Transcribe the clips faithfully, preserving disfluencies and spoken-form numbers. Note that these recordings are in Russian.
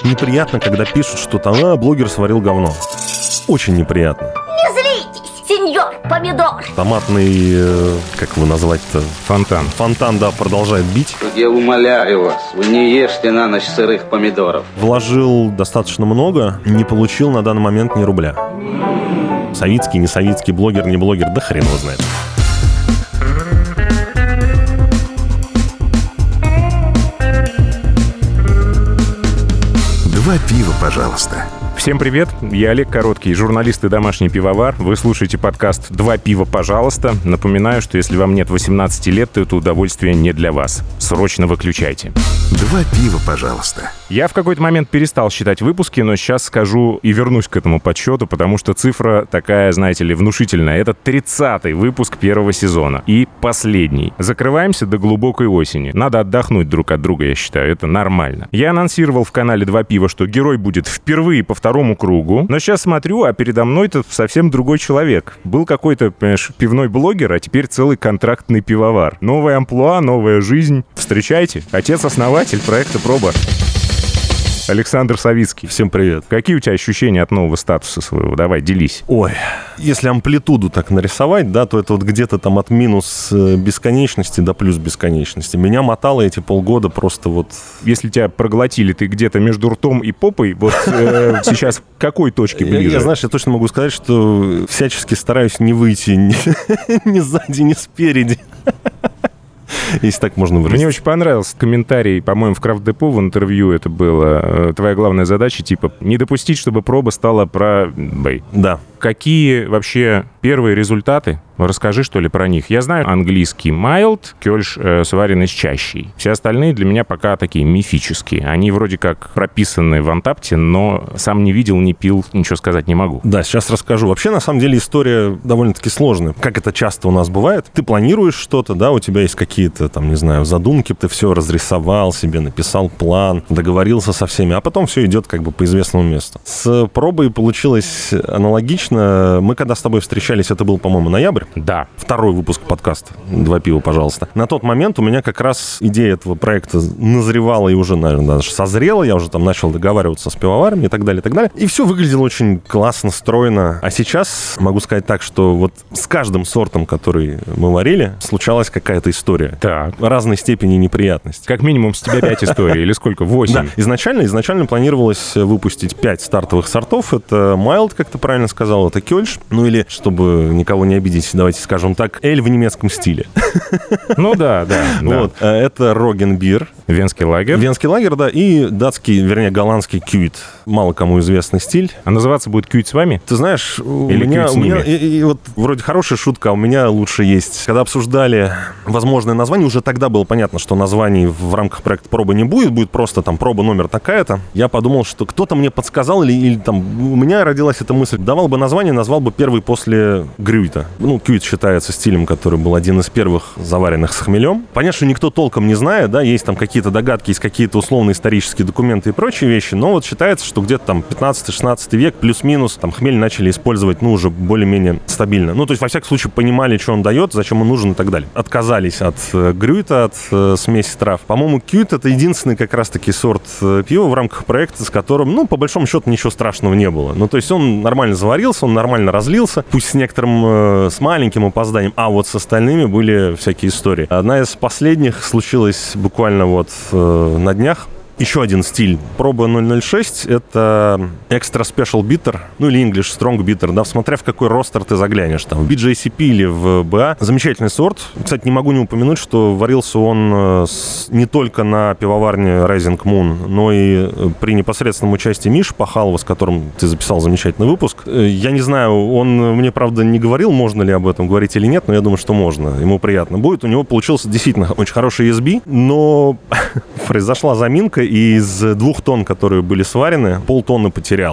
неприятно, когда пишут, что там, а, блогер сварил говно. Очень неприятно. Не злитесь, сеньор помидор. Томатный, э, как его назвать-то? Фонтан. Фонтан, да, продолжает бить. Я умоляю вас, вы не ешьте на ночь сырых помидоров. Вложил достаточно много, не получил на данный момент ни рубля. Савицкий, не Савицкий, блогер, не блогер, да хрен его знает. Два пива, пожалуйста. Всем привет, я Олег Короткий, журналист и домашний пивовар. Вы слушаете подкаст «Два пива, пожалуйста». Напоминаю, что если вам нет восемнадцати лет, то это удовольствие не для вас. Срочно выключайте. Два пива, пожалуйста. Я в какой-то момент перестал считать выпуски, но сейчас скажу и вернусь к этому подсчету, потому что цифра такая, знаете ли, внушительная. Это тридцатый выпуск первого сезона и последний. Закрываемся до глубокой осени. Надо отдохнуть друг от друга, я считаю, это нормально. Я анонсировал в канале «Два пива», что герой будет впервые по второму кругу, но сейчас смотрю, а передо мной-то совсем другой человек. Был какой-то, понимаешь, пивной блогер, а теперь целый контрактный пивовар. Новая амплуа, новая жизнь. Встречайте, отец-основатель проекта «Проба». Александр Савицкий. Всем привет. Какие у тебя ощущения от нового статуса своего? Давай, делись. Ой, если амплитуду так нарисовать, да, то это вот где-то там от минус бесконечности до плюс бесконечности. Меня мотало эти полгода просто вот... Если тебя проглотили, ты где-то между ртом и попой, вот э, сейчас к какой точке ближе? Я, я, знаешь, я точно могу сказать, что всячески стараюсь не выйти ни, ни сзади, ни спереди. Если так можно выразить. Мне очень понравился комментарий, по-моему, в Крафт-депо в интервью это было. Твоя главная задача, типа, не допустить, чтобы проба стала про бэй. Да. Какие вообще первые результаты? Расскажи, что ли, про них. Я знаю английский mild, кёльш э, сваренный с чащей. Все остальные для меня пока такие мифические. Они вроде как прописаны в Антапте, но сам не видел, не пил, ничего сказать не могу. Да, сейчас расскажу. Вообще, на самом деле, история довольно-таки сложная. Как это часто у нас бывает. Ты планируешь что-то, да, у тебя есть какие-то, там, не знаю, задумки, ты все разрисовал себе, написал план, договорился со всеми, а потом все идет как бы по известному месту. С пробой получилось аналогично. Мы когда с тобой встречались, это был, по-моему, ноябрь. Да. Второй выпуск подкаста «Два пива, пожалуйста». На тот момент у меня как раз идея этого проекта назревала и уже, наверное, даже созрела. Я уже там начал договариваться с пивоварами и так далее, и так далее. И все выглядело очень классно, стройно. А сейчас могу сказать так, что вот с каждым сортом, который мы варили, случалась какая-то история. Так. Разной степени неприятности. Как минимум с тебя пять историй или сколько? Восемь? Да. Изначально, изначально планировалось выпустить пять стартовых сортов. Это mild, как ты правильно сказал, это кёльш. Ну или, чтобы никого не обидеть, давайте скажем так, эль в немецком стиле. Ну да, да. Вот. да. Это Рогенбир. Венский лагерь. Венский лагерь, да, и датский, вернее, голландский кюит. Мало кому известный стиль. А называться будет кюит с вами? Ты знаешь, у Или меня, кюит с у меня ними? и, и вот вроде хорошая шутка, а у меня лучше есть. Когда обсуждали возможное название, уже тогда было понятно, что названий в рамках проекта «Проба» не будет, будет просто там «Проба номер такая-то». Я подумал, что кто-то мне подсказал, или, или там у меня родилась эта мысль, давал бы название, назвал бы первый после грюита. Ну, кюит считается стилем, который был один из первых заваренных с хмелем. Понятно, что никто толком не знает, да, есть там какие-то догадки, есть какие-то условные исторические документы и прочие вещи, но вот считается, что где-то там пятнадцатый-шестнадцатый век плюс-минус там хмель начали использовать, ну, уже более-менее стабильно. Ну, то есть, во всяком случае, понимали, что он дает, зачем он нужен и так далее. Отказались от э, грюита, от э, смеси трав. По-моему, кюит — это единственный как раз-таки сорт э, пива в рамках проекта, с которым, ну, по большому счету, ничего страшного не было. Ну, то есть, он нормально заварился, он нормально разлился, пусть с некоторым, э, с маленьким опозданием, а вот с остальными были всякие истории. Одна из последних случилась буквально вот э, на днях. Еще один стиль. Проба ноль ноль шесть — это Extra Special Bitter, ну или English Strong Bitter, да, смотря в какой ростер ты заглянешь, там, в би джей си пи или в би эй. Замечательный сорт. Кстати, не могу не упомянуть, что варился он с, не только на пивоварне Rising Moon, но и при непосредственном участии Миши Пахалова, с которым ты записал замечательный выпуск. Я не знаю, он мне, правда, не говорил, можно ли об этом говорить или нет, но я думаю, что можно. Ему приятно будет. У него получился действительно очень хороший эс би, но произошла заминка, и из двух тонн, которые были сварены, полтонны потерялось.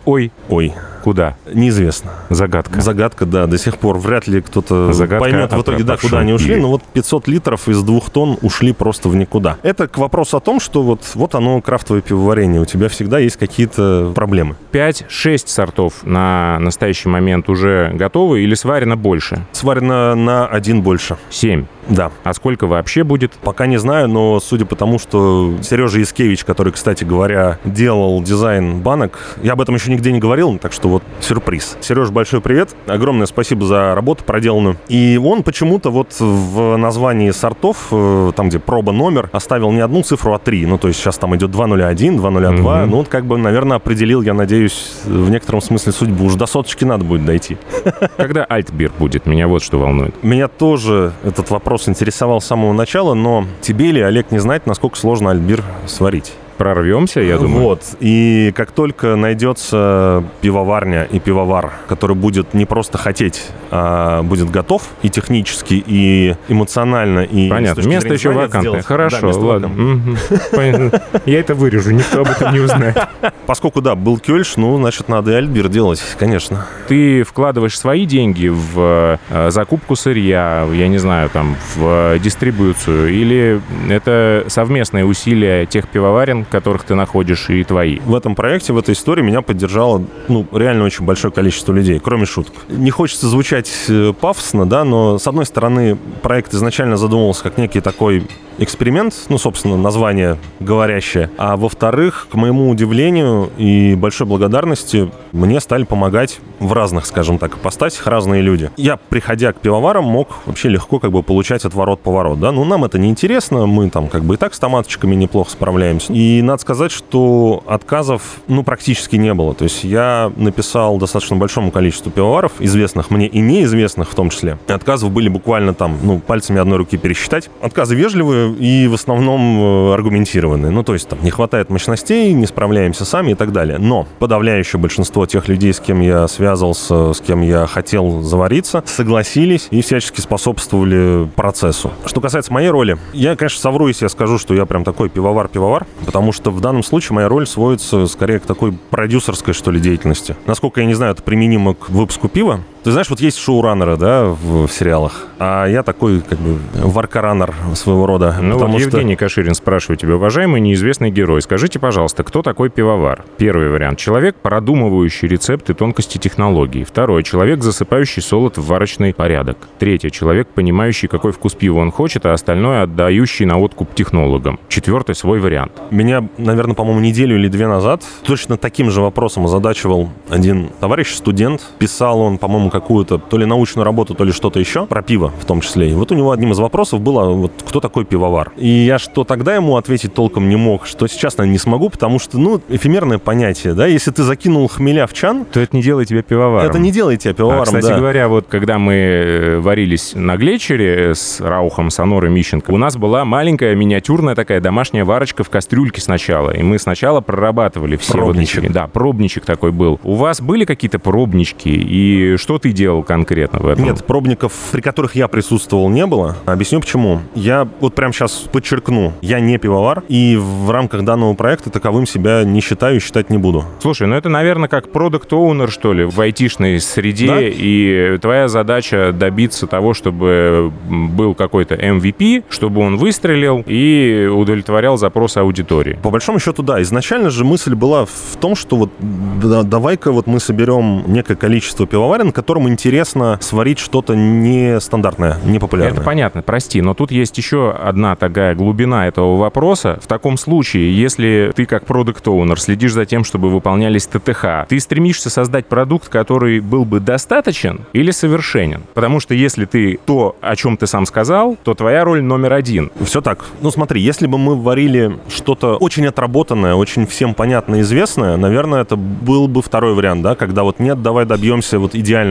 Ой. Ой. Куда? Неизвестно. Загадка. Загадка, да, до сих пор. Вряд ли кто-то Загадка поймет в итоге, да, куда они ушли. пиве. Но вот пятьсот литров из двух тонн ушли просто в никуда. Это к вопросу о том, что вот, вот оно, крафтовое пивоварение. У тебя всегда есть какие-то проблемы. пять-шесть сортов на настоящий момент уже готовы или сварено больше? Сварено на один больше. Семь. Да. А сколько вообще будет? Пока не знаю, но судя по тому, что Сережа Яскевич, который, кстати говоря, делал дизайн банок, я об этом еще нигде не говорил, так что вот сюрприз. Сереж, большой привет. Огромное спасибо за работу проделанную. И он почему-то вот в названии сортов, там, где проба номер, оставил не одну цифру, а три. Ну, то есть сейчас там идет два ноль один, два ноль два. Mm-hmm. Ну, вот как бы, наверное, определил, я надеюсь, в некотором смысле судьбу. Уж до соточки надо будет дойти. Когда альтбир будет? Меня вот что волнует. Меня тоже этот вопрос интересовал с самого начала, но тебе или Олег не знать, насколько сложно альтбир сварить. Прорвемся, я думаю. Вот. И как только найдется пивоварня и пивовар, который будет не просто хотеть, а будет готов и технически, и эмоционально, и понятно. Место еще вакантное. Хорошо, да, ладно. Понятно. Я это вырежу, никто об этом не узнает. Поскольку, да, был Кёльш, ну, значит, надо и альтбир делать, конечно. Ты вкладываешь свои деньги в закупку сырья, я не знаю, там, в дистрибуцию, или это совместные усилия тех пивоварен, которых ты находишь, и твои? В этом проекте, в этой истории меня поддержало, ну, реально очень большое количество людей, кроме шуток. Не хочется звучать пафосно, да, но, с одной стороны, проект изначально задумывался как некий такой эксперимент, ну, собственно, название говорящее. А во-вторых, к моему удивлению и большой благодарности, мне стали помогать в разных, скажем так, ипостасях разные люди. Я, приходя к пивоварам, мог вообще легко как бы получать отворот-поворот, да. Ну, нам это не интересно, мы там как бы и так с томаточками неплохо справляемся. И надо сказать, что отказов, ну, практически не было. То есть я написал достаточно большому количеству пивоваров, известных мне и неизвестных в том числе. И отказов были буквально там, ну, пальцами одной руки пересчитать. Отказы вежливые и в основном аргументированные. Ну, то есть там не хватает мощностей, не справляемся сами и так далее. Но подавляющее большинство тех людей, с кем я связывался, с кем я хотел завариться, согласились и всячески способствовали процессу. Что касается моей роли, я, конечно, совру, если я скажу, что я прям такой пивовар-пивовар, потому что в данном случае моя роль сводится скорее к такой продюсерской, что ли, деятельности. Насколько я не знаю, это применимо к выпуску пива. Ты знаешь, вот есть шоураннеры, да, в, в сериалах, а я такой, как бы, варкараннер своего рода. Ну вот Евгений что... Каширин спрашивает тебя: уважаемый неизвестный герой, скажите, пожалуйста, кто такой пивовар? Первый вариант — человек, продумывающий рецепты, тонкости технологий. Второй — человек, засыпающий солод в варочный порядок. Третий — человек, понимающий, какой вкус пива он хочет, а остальное отдающий на откуп технологам. Четвертый — свой вариант. Меня, наверное, по-моему, неделю или две назад точно таким же вопросом озадачивал один товарищ, студент. Писал он, по-моему, какую-то то ли научную работу, то ли что-то еще, про пиво в том числе. И вот у него одним из вопросов было, вот, кто такой пивовар? И я что тогда ему ответить толком не мог, что сейчас, наверное, не смогу, потому что, ну, эфемерное понятие, да, если ты закинул хмеля в чан... То это не делает тебя пивоваром. Это не делает тебя пивоваром, а, кстати да. говоря, вот когда мы варились на Глетчере с Раухом, Сонорой, Мищенко, у нас была маленькая миниатюрная такая домашняя варочка в кастрюльке сначала, и мы сначала прорабатывали все пробничек. Вот эти... Да, пробничек такой был. У вас были какие-то пробнички, и что ты делал конкретно в этом? Нет, пробников, при которых я присутствовал, не было. Объясню почему. Я вот прямо сейчас подчеркну, я не пивовар, и в рамках данного проекта таковым себя не считаю и считать не буду. Слушай, ну это, наверное, как продакт-оунер, что ли, в айтишной среде, да? И твоя задача добиться того, чтобы был какой-то эм ви пи, чтобы он выстрелил и удовлетворял запросы аудитории. По большому счету, да. Изначально же мысль была в том, что вот да, давай-ка вот мы соберем некое количество пивоварен, которым интересно сварить что-то нестандартное, непопулярное. Это понятно, прости, но тут есть еще одна такая глубина этого вопроса. В таком случае, если ты как продакт-оунер следишь за тем, чтобы выполнялись тэ тэ ха, ты стремишься создать продукт, который был бы достаточен или совершенен? Потому что если ты то, о чем ты сам сказал, то твоя роль номер один. Все так. Ну смотри, если бы мы варили что-то очень отработанное, очень всем понятное, известное, наверное, это был бы второй вариант, да, когда вот нет, давай добьемся вот идеального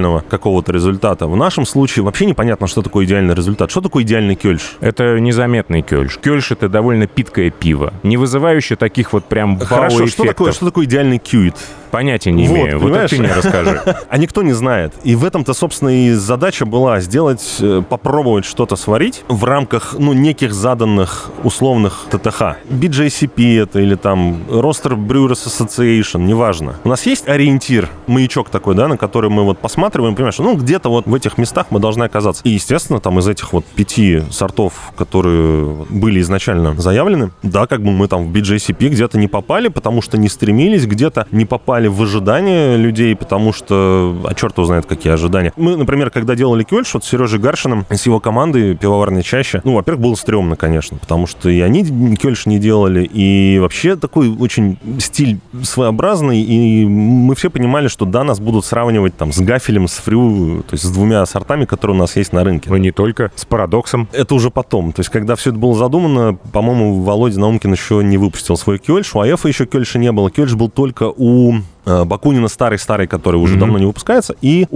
идеального какого-то результата. В нашем случае вообще непонятно, что такое идеальный результат. Что такое идеальный кёльш? Это незаметный кёльш. Кёльш — это довольно питкое пиво, не вызывающее таких вот прям Хорошо, вау-эффектов. что такое, что такое идеальный кьюит? Понятия не Вот, имею. Вот это понимаешь? ты мне расскажи. А никто не знает. И в этом-то, собственно, и задача была сделать, э, попробовать что-то сварить в рамках, ну, неких заданных условных ТТХ. би джей си пи это или там Roaster Brewers Association, неважно. У нас есть ориентир, маячок такой, да, на который мы вот посматриваем, понимаешь, ну, где-то вот в этих местах мы должны оказаться. И, естественно, там из этих вот пяти сортов, которые были изначально заявлены, да, как бы мы там в би джей си пи где-то не попали, потому что не стремились, где-то не попали в ожидания людей, потому что, а черт его знает, какие ожидания. Мы, например, когда делали кёльш, вот с Сережей Гаршиным, с его командой пивоварной чаще, ну, во-первых, было стрёмно, конечно, потому что и они кёльш не делали, и вообще такой очень стиль своеобразный, и мы все понимали, что, да, нас будут сравнивать там с гафелем, с фрю, то есть с двумя сортами, которые у нас есть на рынке. Но не только, с парадоксом. Это уже потом. То есть, когда все это было задумано, по-моему, Володя Наумкин еще не выпустил свой кёльш, у АЭФа еще кёльша не было. Кёльш был только у Бакунина старый-старый, который уже mm-hmm. давно не выпускается, и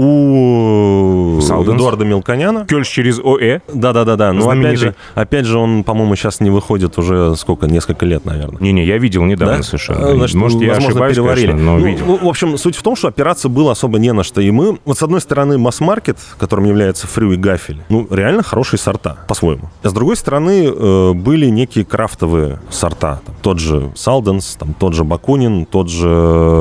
у Салденс. Эдуарда Мелконяна. Кёльш через ОЭ. Да-да-да. Но опять же, опять же, он, по-моему, сейчас не выходит уже сколько, несколько лет, наверное. Не-не, я видел недавно да? совершенно. Значит, может, я возможно, ошибаюсь, переварили. конечно, но ну, видел. В общем, суть в том, что опираться было особо не на что. И мы, вот с одной стороны, масс-маркет, которым является фрю и гафель, ну, реально хорошие сорта, по-своему. А с другой стороны, э, были некие крафтовые сорта. Там, тот же Салденс, там, тот же Бакунин, тот же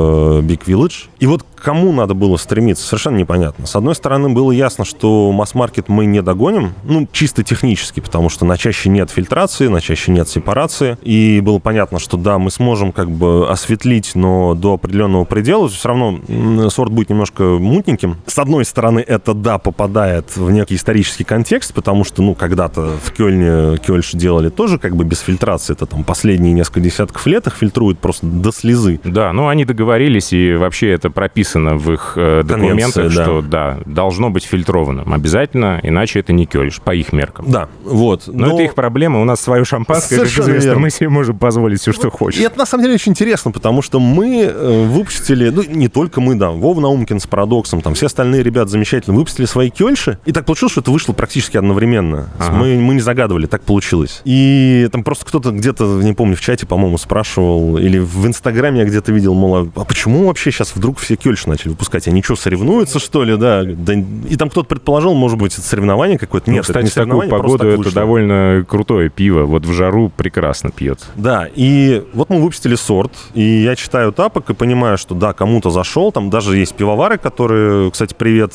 Big Village. И вот к кому надо было стремиться, совершенно непонятно. С одной стороны, было ясно, что масс-маркет мы не догоним, ну, чисто технически, потому что на чаще нет фильтрации, на чаще нет сепарации. И было понятно, что да, мы сможем как бы осветлить, но до определенного предела. Все равно сорт будет немножко мутненьким. С одной стороны, это, да, попадает в некий исторический контекст, потому что, ну, когда-то в Кёльне кёльш делали тоже как бы без фильтрации. Это там последние несколько десятков лет их фильтруют просто до слезы. Да, ну, они договорились, и вообще это прописано в их э, документах, да. что, да, должно быть фильтрованным обязательно, иначе это не кёльш, по их меркам. Да, вот. Но, но... это их проблема, у нас свое шампанское, совершенно как известно, верно. мы себе можем позволить все, что хочешь. И это, на самом деле, очень интересно, потому что мы э, выпустили, ну, не только мы, да, Вова Наумкин с Парадоксом, там, все остальные ребята замечательно выпустили свои кёльши, и так получилось, что это вышло практически одновременно. Ага. Мы, мы не загадывали, так получилось. И там просто кто-то где-то, не помню, в чате, по-моему, спрашивал, или в Инстаграме я где-то видел, мол, а почему вообще сейчас вдруг все кёльши начали выпускать? Они что, соревнуются, что ли, да? да? И там кто-то предположил, может быть, это соревнование какое-то. Нет, ну, кстати, это не соревнование, в такую погоду это вышло. довольно крутое пиво. Вот в жару прекрасно пьется. Да, и вот мы выпустили сорт, и я читаю тапок и понимаю, что да, кому-то зашел. Там даже есть пивовары, которые, кстати, привет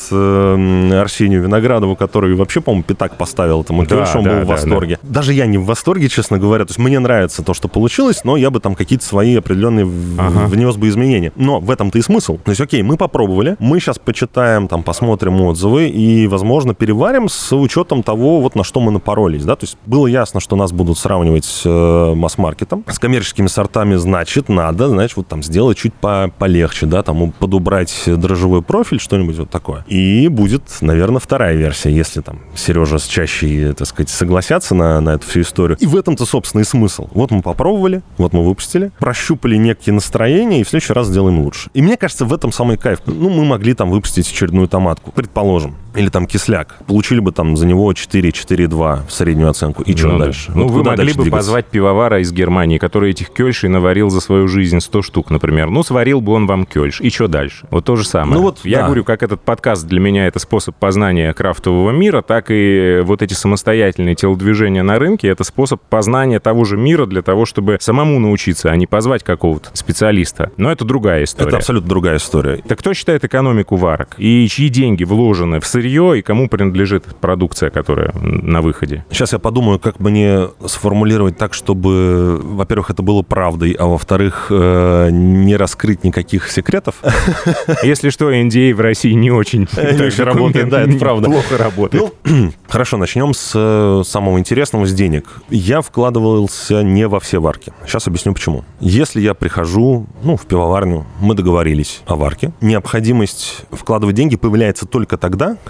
э, Арсению Виноградову, который вообще, по-моему, пятак поставил этому да, кёльшу, он да, был да, в восторге. Да. Даже я не в восторге, честно говоря. То есть мне нравится то, что получилось, но я бы там какие-то свои определенные ага. внес бы изменения. Но в этом-то и смысл. То есть, окей, мы попробовали, мы сейчас почитаем, там, посмотрим отзывы и, возможно, переварим с учетом того, вот на что мы напоролись, да, то есть было ясно, что нас будут сравнивать с э, масс-маркетом, с коммерческими сортами, значит, надо, значит, вот там сделать чуть по полегче, да, там, подубрать дрожжевой профиль, что-нибудь вот такое. И будет, наверное, вторая версия, если там Сережа с Чащей, так сказать, согласятся на, на эту всю историю. И в этом-то, собственно, и смысл. Вот мы попробовали, вот мы выпустили, прощупали некие настроения, и в следующий раз сделаем лучше. И мне кажется, в этом самый кайф. Ну, мы могли там выпустить очередную томатку, предположим, или там кисляк. Получили бы там за него четыре-четыре-два в среднюю оценку. И что ну, дальше? Ну, вот вы могли бы двигаться? позвать пивовара из Германии, который этих кёльшей наварил за свою жизнь сто штук, например. Ну, сварил бы он вам кёльш. И что дальше? Вот то же самое. Ну, вот, Я да. говорю, как этот подкаст для меня это способ познания крафтового мира, так и вот эти самостоятельные телодвижения на рынке — это способ познания того же мира для того, чтобы самому научиться, а не позвать какого-то специалиста. Но это другая история. Это абсолютно другая история. Так кто считает экономику варок? И чьи деньги вложены в сырье, и кому принадлежит продукция, которая на выходе? Сейчас я подумаю, как мне сформулировать так, чтобы, во-первых, это было правдой, а во-вторых, э, не раскрыть никаких секретов. Если что, эн ди эй в России не очень работает, да, это правда. Плохо работает. Хорошо, начнем с самого интересного, с денег. Я вкладывался не во все варки. Сейчас объясню, почему. Если я прихожу, ну, в пивоварню, мы договорились о варке, необходимость вкладывать деньги появляется только тогда,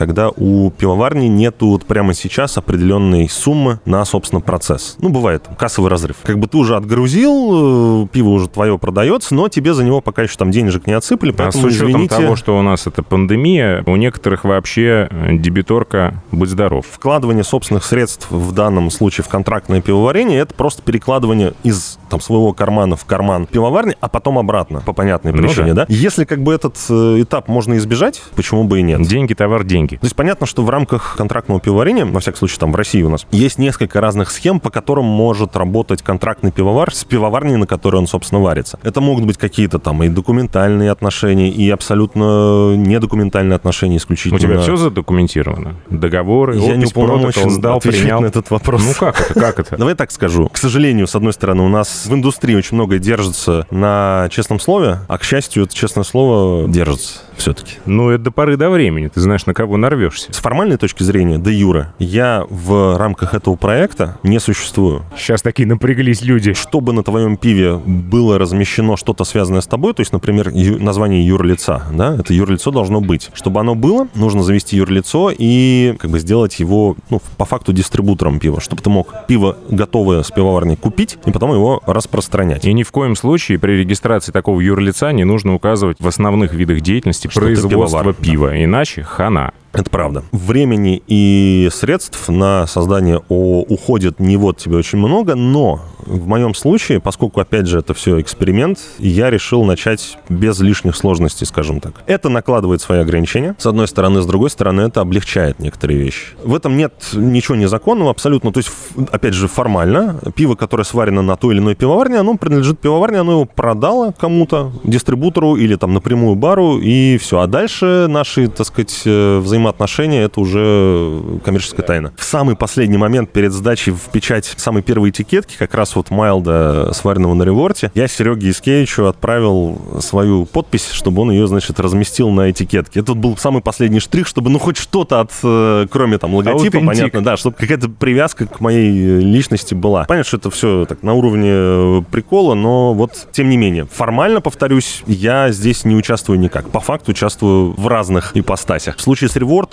когда у пивоварни нету вот прямо сейчас определенной суммы на, собственно, процесс. Ну, бывает, кассовый разрыв. Как бы ты уже отгрузил, пиво уже твое продается, но тебе за него пока еще там денежек не отсыпали, поэтому, а с учетом извините... того, что у нас это пандемия, у некоторых вообще дебиторка «Будь здоров». Вкладывание собственных средств в данном случае в контрактное пивоварение — это просто перекладывание из там, своего кармана в карман пивоварни, а потом обратно, по понятной причине, ну, да. да? Если как бы этот э, этап можно избежать, почему бы и нет? Деньги, товар, деньги. То есть понятно, что в рамках контрактного пивоварения, во всяком случае там в России у нас, есть несколько разных схем, по которым может работать контрактный пивовар с пивоварней, на которой он, собственно, варится. Это могут быть какие-то там и документальные отношения, и абсолютно недокументальные отношения исключительно. У тебя все задокументировано? Договоры, Я не протокол, сдал, принял? на этот вопрос. Ну как это, как это? Давай так скажу. К сожалению, с одной стороны, у нас в индустрии очень многое держится на честном слове, а, к счастью, это честное слово держится все-таки. Ну, это до поры до времени. Ты знаешь, на кого нарвешься. С формальной точки зрения, де юре, я в рамках этого проекта не существую. Сейчас такие напряглись люди. Чтобы на твоем пиве было размещено что-то связанное с тобой, то есть, например, ю- название юрлица, да, это юрлицо должно быть. Чтобы оно было, нужно завести юрлицо и как бы сделать его, ну, по факту дистрибутором пива, чтобы ты мог пиво готовое с пивоварни купить и потом его распространять. И ни в коем случае при регистрации такого юрлица не нужно указывать в основных видах деятельности Что производства пивовар, пива, да. Иначе хана. Это правда. Времени и средств на создание ООО уходит не вот тебе очень много, но в моем случае, поскольку, опять же, это все эксперимент, я решил начать без лишних сложностей, скажем так. Это накладывает свои ограничения, с одной стороны, с другой стороны, это облегчает некоторые вещи. В этом нет ничего незаконного абсолютно, то есть, опять же, формально, пиво, которое сварено на той или иной пивоварне, оно принадлежит пивоварне, оно его продало кому-то, дистрибутору или там напрямую бару, и все. А дальше наши, так сказать, взаимодействия отношения, это уже коммерческая тайна. В самый последний момент перед сдачей в печать самой первой этикетки, как раз вот Майлда, сваренного на реворте, я Сереге Искевичу отправил свою подпись, чтобы он ее, значит, разместил на этикетке. Это был самый последний штрих, чтобы, ну, хоть что-то от, кроме там логотипа, Аутентик. понятно, да, чтобы какая-то привязка к моей личности была. Понятно, что это все так на уровне прикола, но вот, тем не менее, формально, повторюсь, я здесь не участвую никак. По факту участвую в разных ипостасях. В случае с ревором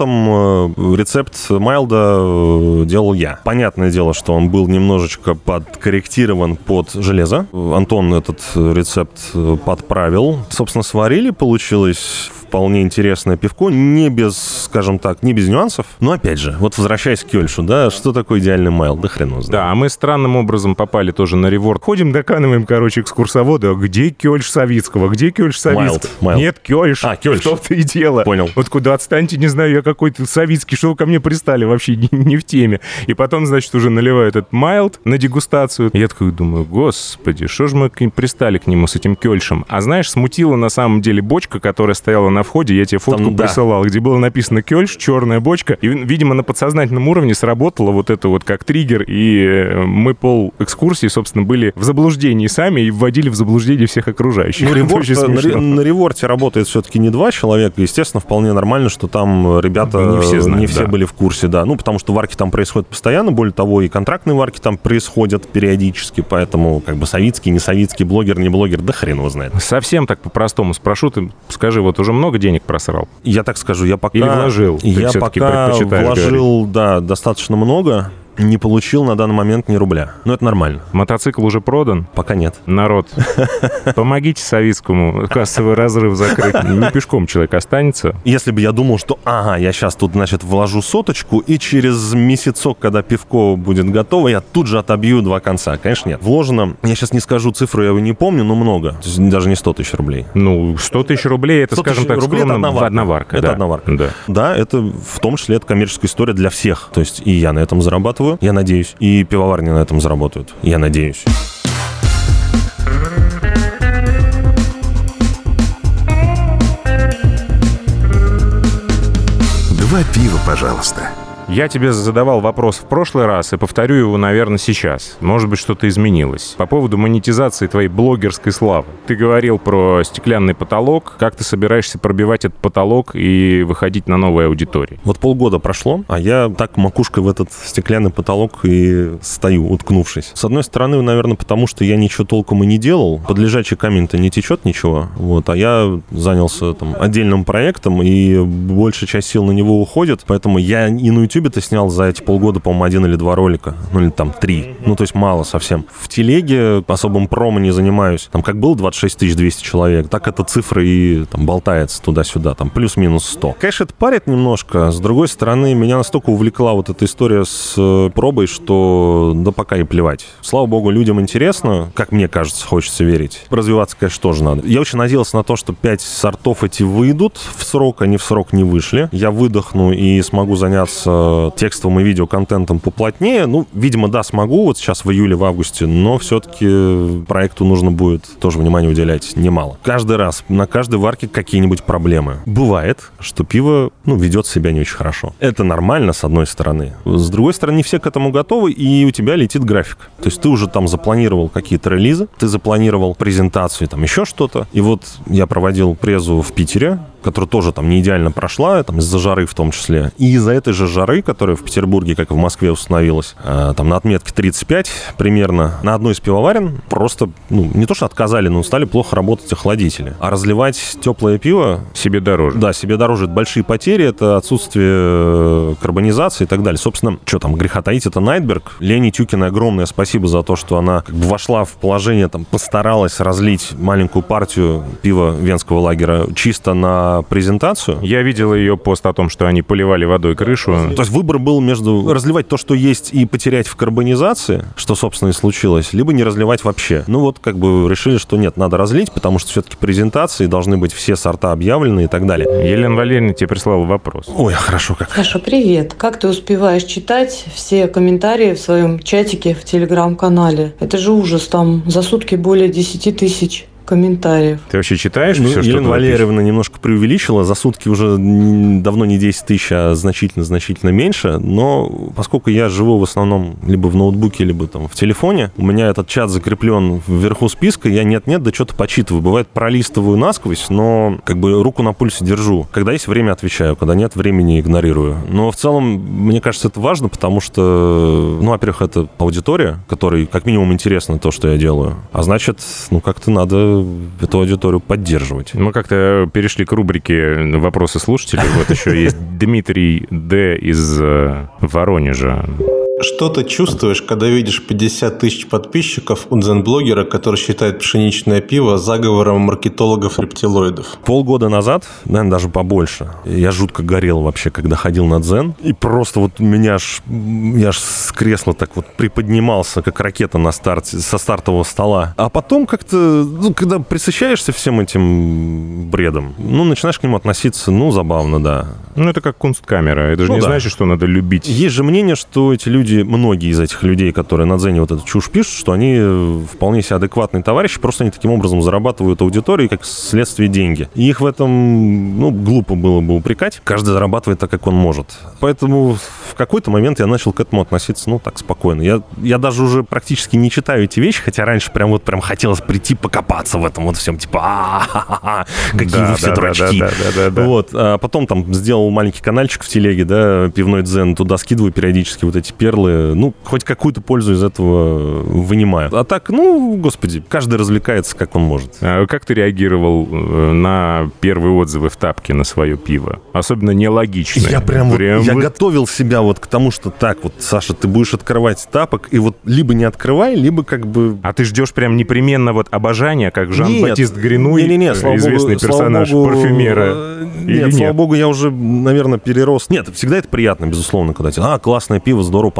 рецепт Майлда делал я. Понятное дело, что он был немножечко подкорректирован под железо. Антон этот рецепт подправил. Собственно, сварили, получилось вполне интересное пивко, не без, скажем так, не без нюансов. Но опять же, вот возвращаясь к Кёльшу, да, что такое идеальный майл? Да хрен его знает. Да, а мы странным образом попали тоже на реворд. Ходим, доканываем, короче, экскурсоводы. А где Кёльш Савицкого? Где Кёльш Савицкого? Майлд, Майлд. Нет, Кёльш. А, Кёльш. В том-то и дело. Понял. Вот куда отстаньте, не знаю, я какой-то Савицкий, что вы ко мне пристали, вообще не, не в теме. И потом, значит, уже наливают этот Майлд на дегустацию. Я такой думаю, господи, что же мы к- пристали к нему с этим Кёльшем? А знаешь, смутила на самом деле бочка, которая стояла на входе, я тебе фотку Там, да. присылал, где было написано Кёльш, черная бочка. И, видимо, на подсознательном уровне сработало вот это вот как триггер, и мы пол экскурсии, собственно, были в заблуждении сами и вводили в заблуждение всех окружающих. Ну, Это реворт, очень на, смешно. на реворте работает все-таки не два человека. Естественно, вполне нормально, что там ребята Не все знают, не все да. были в курсе, да. Ну, потому что варки там происходят постоянно, более того, и контрактные варки там происходят периодически, поэтому как бы советский, не советский, блогер, не блогер, да хрен его знает. Совсем так по-простому спрошу, ты скажи, вот уже много денег просрал? Я так скажу, я пока... Или вложил? Ты Я все-таки пока предпочитаешь вложил, да, достаточно много, не получил на данный момент ни рубля. Но это нормально. Мотоцикл уже продан? Пока нет. Народ, помогите Савицкому кассовый разрыв закрыть. Не пешком человек останется. Если бы я думал, что, ага, я сейчас тут, значит, вложу соточку, и через месяцок, когда пивко будет готово, я тут же отобью два конца. Конечно, нет. Вложено, я сейчас не скажу цифру, я его не помню, но много. То есть даже не сто тысяч рублей. Ну, сто тысяч рублей, это, сто тысяч скажем так, рублей — это скромно, одна варка. одна варка. Это да. одна варка. Да. Да, это в том числе это коммерческая история для всех. То есть и я на этом зарабатываю, я надеюсь, и пивоварни на этом заработают, я надеюсь. Два пива, пожалуйста. Я тебе задавал вопрос в прошлый раз и повторю его, наверное, сейчас. Может быть, что-то изменилось. По поводу монетизации твоей блогерской славы. Ты говорил про стеклянный потолок. Как ты собираешься пробивать этот потолок и выходить на новые аудитории? Вот полгода прошло, а я так макушкой в этот стеклянный потолок и стою, уткнувшись. С одной стороны, наверное, потому что я ничего толком и не делал. Под лежачий камень-то не течет ничего. Вот, а я занялся там отдельным проектом, и большая часть сил на него уходит. Поэтому я и на Ютубе-то снял за эти полгода, по-моему, один или два ролика. Ну, или там три. Ну, то есть мало совсем. В телеге особым промо не занимаюсь. Там как было двадцать шесть тысяч двести человек, так эта цифра и там болтается туда-сюда. Там плюс-минус сто. Конечно, это парит немножко. С другой стороны, меня настолько увлекла вот эта история с пробой, что да пока и плевать. Слава богу, людям интересно. Как мне кажется, хочется верить. Развиваться, конечно, тоже надо. Я очень надеялся на то, что пять сортов эти выйдут в срок. Они в срок не вышли. Я выдохну и смогу заняться текстовым и видеоконтентом поплотнее. Ну, видимо, да, смогу. Вот сейчас в июле, в августе. Но все-таки проекту нужно будет тоже внимание уделять немало. Каждый раз, на каждой варке какие-нибудь проблемы. Бывает, что пиво, ну, ведет себя не очень хорошо. Это нормально, с одной стороны. С другой стороны, не все к этому готовы, и у тебя летит график. То есть ты уже там запланировал какие-то релизы, ты запланировал презентацию, там еще что-то. И вот я проводил презу в Питере, которая тоже там не идеально прошла, там из-за жары в том числе. И из-за этой же жары, которая в Петербурге, как и в Москве, установилась, э, там на отметке тридцать пять примерно, на одной из пивоварен просто, ну, не то что отказали, но стали плохо работать охладители. А разливать теплое пиво... Себе дороже. Да, себе дороже. Это большие потери, это отсутствие карбонизации и так далее. Собственно, что там, греха таить, это Найтберг. Лене Тюкиной огромное спасибо за то, что она как бы вошла в положение, там, постаралась разлить маленькую партию пива венского лагеря чисто на презентацию. Я видел ее пост о том, что они поливали водой крышу. То есть выбор был между разливать то, что есть, и потерять в карбонизации, что, собственно, и случилось, либо не разливать вообще. Ну вот, как бы решили, что нет, надо разлить, потому что все-таки презентации должны быть все сорта объявлены и так далее. Елена Валерьевна тебе прислала вопрос. Ой, хорошо как. Саша, привет. Как ты успеваешь читать все комментарии в своем чатике в Телеграм-канале? Это же ужас, там за сутки более десять тысяч комментариев. Ты вообще читаешь ну, все, что Елена Валерьевна немножко преувеличила. За сутки уже давно не десять тысяч, а значительно-значительно меньше. Но поскольку я живу в основном либо в ноутбуке, либо там в телефоне, у меня этот чат закреплен вверху списка, я нет-нет, да что-то почитываю. Бывает, пролистываю насквозь, но как бы руку на пульсе держу. Когда есть время, отвечаю. Когда нет времени, игнорирую. Но в целом, мне кажется, это важно, потому что, ну, во-первых, это аудитория, которой как минимум интересно то, что я делаю. А значит, ну, как-то надо эту аудиторию поддерживать. Мы как-то перешли к рубрике «Вопросы слушателей». Вот еще есть Дмитрий Д. из Воронежа. Что ты чувствуешь, когда видишь пятьдесят тысяч подписчиков у дзен-блогера, который считает пшеничное пиво заговором маркетологов-рептилоидов? Полгода назад, наверное, даже побольше, я жутко горел вообще, когда ходил на дзен. И просто вот меня аж, я аж с кресла так вот приподнимался, как ракета на старте, со стартового стола. А потом как-то, ну, когда присыщаешься всем этим бредом, ну, начинаешь к нему относиться, ну, забавно, да. Ну, это как кунсткамера. Это же ну, не да. значит, что надо любить. Есть же мнение, что эти люди, многие из этих людей, которые на дзене вот эту чушь пишут, что они вполне себе адекватные товарищи, просто они таким образом зарабатывают аудиторию, как следствие деньги. И их в этом, ну, глупо было бы упрекать. Каждый зарабатывает так, как он может. Поэтому в какой-то момент я начал к этому относиться, ну, так, спокойно. Я, я даже уже практически не читаю эти вещи, хотя раньше прям вот прям хотелось прийти покопаться в этом вот всем, типа, а-ха-ха-ха, какие вы все дурачки. Вот. А потом там сделал маленький канальчик в телеге, да, пивной дзен, туда скидываю периодически вот эти перлы. Ну, хоть какую-то пользу из этого вынимаю. А так, ну, господи, каждый развлекается, как он может. А как ты реагировал на первые отзывы в Тапке на свое пиво? Особенно нелогичные. Я прям, прям вот, я вот... готовил себя вот к тому, что так вот, Саша, ты будешь открывать Тапок, и вот либо не открывай, либо как бы... А ты ждешь прям непременно вот обожания, как Жан-Батист Гринуй, не, не, не, известный богу, персонаж богу, парфюмера? Нет, нет, слава богу, я уже, наверное, перерос. Нет, всегда это приятно, безусловно, когда тебе, а, классное пиво, здорово, понравилось.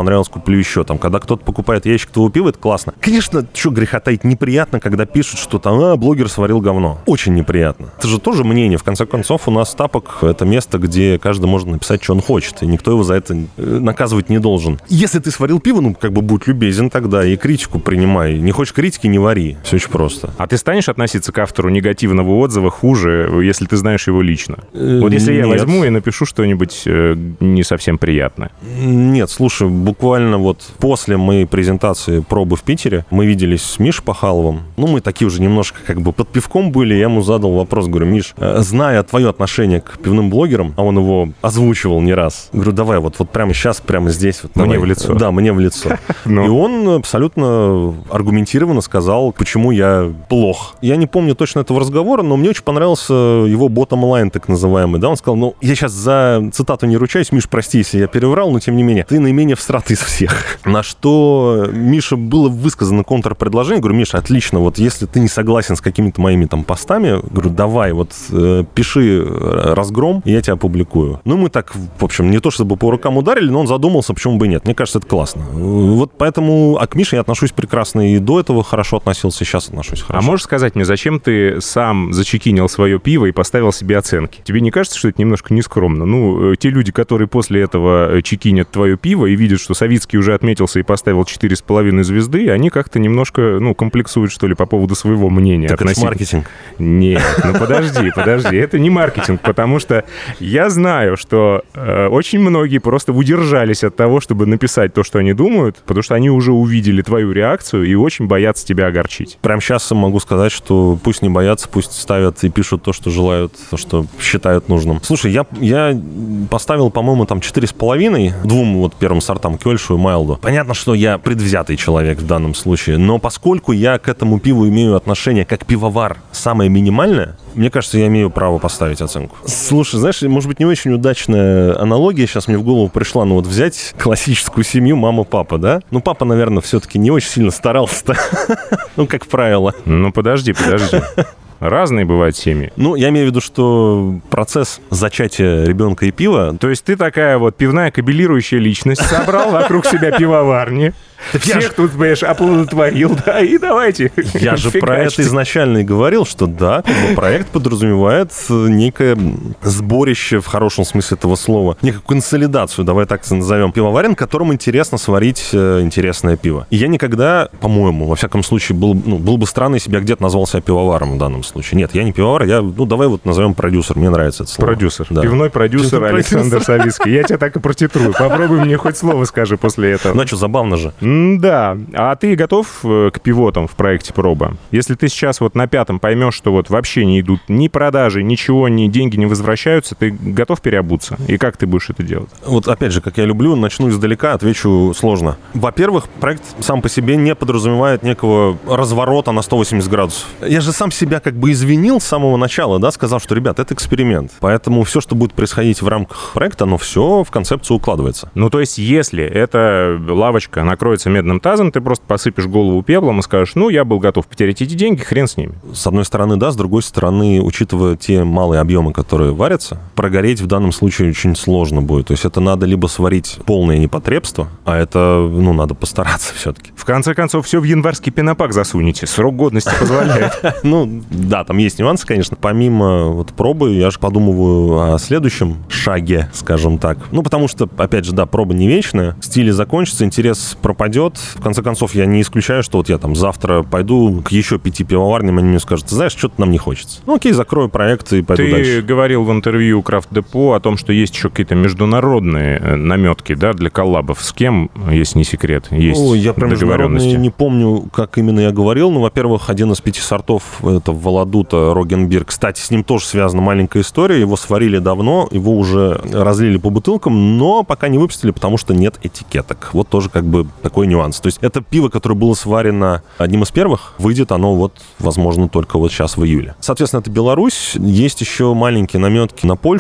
понравилось, куплю еще. Там, когда кто-то покупает ящик твоего пива, это классно. Конечно, что греха таить, неприятно, когда пишут, что там, а, блогер сварил говно. Очень неприятно. Это же тоже мнение. В конце концов, у нас Тапок — это место, где каждый может написать, что он хочет, и никто его за это наказывать не должен. Если ты сварил пиво, ну, как бы будь любезен тогда, и критику принимай. Не хочешь критики — не вари. Все очень просто. А ты станешь относиться к автору негативного отзыва хуже, если ты знаешь его лично? Вот если я Нет. возьму и напишу что-нибудь э, не совсем приятное. Нет, слушай, буквально вот после моей презентации пробы в Питере мы виделись с Мишей Пахаловым. Ну, мы такие уже немножко как бы под пивком были. Я ему задал вопрос, говорю: Миш, зная твое отношение к пивным блогерам, а он его озвучивал не раз, говорю: давай вот, вот прямо сейчас, прямо здесь. Вот, Мне давай. в лицо. Да, мне в лицо. И он абсолютно аргументированно сказал, почему я плох. Я не помню точно этого разговора, но мне очень понравился его bottom line, так называемый. Да, он сказал: ну, я сейчас за цитату не ручаюсь, Миш, прости, если я переврал, но тем не менее, ты наименее всратый из всех. На что Миша было высказано контрпредложение. Говорю: Миша, отлично, вот если ты не согласен с какими-то моими там постами, говорю, давай, вот э, пиши разгром, и я тебя опубликую. Ну, мы так, в общем, не то чтобы по рукам ударили, но он задумался, почему бы и нет. Мне кажется, это классно. Вот поэтому, а к Мише я отношусь прекрасно, и до этого хорошо относился, и сейчас отношусь хорошо. А можешь сказать мне, зачем ты сам зачекинил свое пиво и поставил себе оценки? Тебе не кажется, что это немножко нескромно? Ну, те люди, которые после этого чекинят твое пиво и видят, что Савицкий уже отметился и поставил четыре с половиной звезды, они как-то немножко, ну, комплексуют, что ли, по поводу своего мнения. Так это маркетинг. Нет, ну подожди, подожди, это не маркетинг, потому что я знаю, что э, очень многие просто удержались от того, чтобы написать то, что они думают, потому что они уже увидели твою реакцию и очень боятся тебя огорчить. Прямо сейчас могу сказать, что пусть не боятся, пусть ставят и пишут то, что желают, то, что считают нужным. Слушай, я, я поставил, по-моему, там четыре с половиной двум вот первым сортам, Кёльшу и Майлду. Понятно, что я предвзятый человек в данном случае, но поскольку я к этому пиву имею отношение как пивовар самое минимальное, мне кажется, я имею право поставить оценку. Слушай, знаешь, может быть, не очень удачная аналогия сейчас мне в голову пришла, но вот взять классическую семью мама-папа, да? Ну, папа, наверное, все-таки не очень сильно старался-то, ну, как правило. Ну, подожди, подожди. Разные бывают семьи. Ну, я имею в виду, что процесс зачатия ребенка и пива... То есть ты такая вот пивная кабелирующая личность, собрал вокруг себя пивоварни, всех тут, понимаешь, оплодотворил, да, и давайте. Я же про это изначально и говорил, что да, как бы проект подразумевает некое сборище, в хорошем смысле этого слова, некую консолидацию, давай так это назовем, пивоварен, которым интересно сварить э, интересное пиво. И я никогда, по-моему, во всяком случае, был, ну, был бы странно, если бы я где-то назвал себя пивоваром в данном случае. Нет, я не пивовар, я, ну, давай вот назовем продюсер, мне нравится это слово. Продюсер. Да. Пивной продюсер Пивной Александр продюсер. Савицкий. Я тебя так и протитрую. Попробуй мне хоть слово скажи после этого. Ну, а что, забавно же. Да. А ты готов э, к пивотам в проекте «Проба»? Если ты сейчас вот на пятом поймешь, что вот вообще не идут ни продажи, ничего, ни деньги не возвращаются, ты готов переобуться? И как ты будешь это делать? Вот опять же, как я люблю, начну издалека, отвечу сложно. Во-первых, проект сам по себе не подразумевает некого разворота на сто восемьдесят градусов. Я же сам себя как бы извинил с самого начала, да, сказав, что, ребят, это эксперимент. Поэтому все, что будет происходить в рамках проекта, оно все в концепцию укладывается. Ну, то есть, если эта лавочка накроется медным тазом, ты просто посыпешь голову пеплом и скажешь: ну, я был готов потерять эти деньги, хрен с ними. С одной стороны, да, с другой стороны, учитывая те малые объемы, которые варятся, прогореть в данном случае очень сложно будет. То есть это надо либо сварить полное непотребство, а это, ну, надо постараться все-таки. В конце концов, все в январский пенопак засунете. Срок годности позволяет. Ну, да, там есть нюансы, конечно. Помимо вот пробы, я же подумываю о следующем шаге, скажем так. Ну, потому что, опять же, да, проба не вечная. Стили закончится, интерес пропадет. В конце концов, я не исключаю, что вот я там завтра пойду к еще пяти пивоварням, они мне скажут: ты знаешь, что-то нам не хочется. Ну, окей, закрою проект и пойду Ты дальше. говорил в интервью Craft Depot о том, что есть еще какие-то международные наметки, да, для коллабов. С кем, если не секрет, есть Ой, я прям договоренности? международные не помню, как именно я говорил, но, во-первых, один из пяти сортов — это Володута Рогенбирг. Кстати, с ним тоже связана маленькая история. Его сварили давно, его уже разлили по бутылкам, но пока не выпустили, потому что нет этикеток. Вот тоже как бы такой нюанс. То есть это пиво, которое было сварено одним из первых, выйдет оно вот, возможно, только вот сейчас в июле. Соответственно, это Беларусь. Есть еще маленькие наметки на Польшу.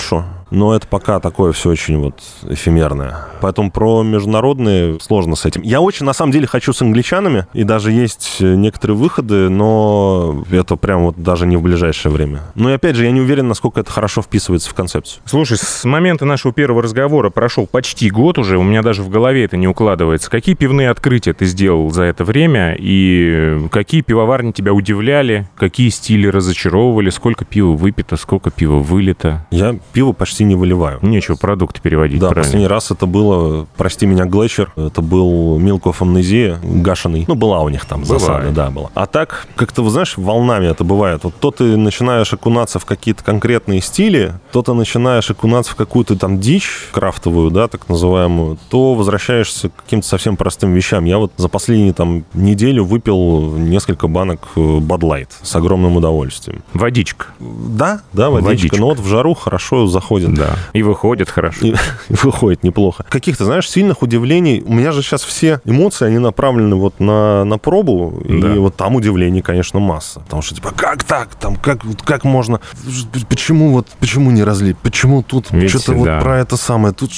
но это пока такое все очень вот эфемерное. Поэтому про международные сложно с этим. Я очень, на самом деле, хочу с англичанами, и даже есть некоторые выходы, но это прям вот даже не в ближайшее время. Но и опять же, я не уверен, насколько это хорошо вписывается в концепцию. Слушай, с момента нашего первого разговора прошел почти год уже, у меня даже в голове это не укладывается. Какие пивные открытия ты сделал за это время, и какие пивоварни тебя удивляли, какие стили разочаровывали, сколько пива выпито, сколько пива вылито? Я пиво почти не выливаю. Нечего продукты переводить, да, правильно? Последний раз это было, прости меня, Глетчер, это был Milk of Amnesia, гашеный. Ну, была у них там Бывает. засада, да, была. А так, как-то, вы знаешь, волнами это бывает. Вот то ты начинаешь окунаться в какие-то конкретные стили, то ты начинаешь окунаться в какую-то там дичь крафтовую, да, так называемую, то возвращаешься к каким-то совсем простым вещам. Я вот за последнюю там неделю выпил несколько банок Bud Light с огромным удовольствием. Водичка. Да, да, водичка. Водичка. Но вот в жару хорошо заходит. Да. И выходит хорошо. И, и выходит неплохо. Каких-то, знаешь, сильных удивлений. У меня же сейчас все эмоции, они направлены вот на, на пробу. Да. И вот там удивлений, конечно, масса. Потому что, типа, как так? Там, как, как можно? Почему вот, почему не разлить? Почему тут Ведь, что-то да. вот про это самое? Тут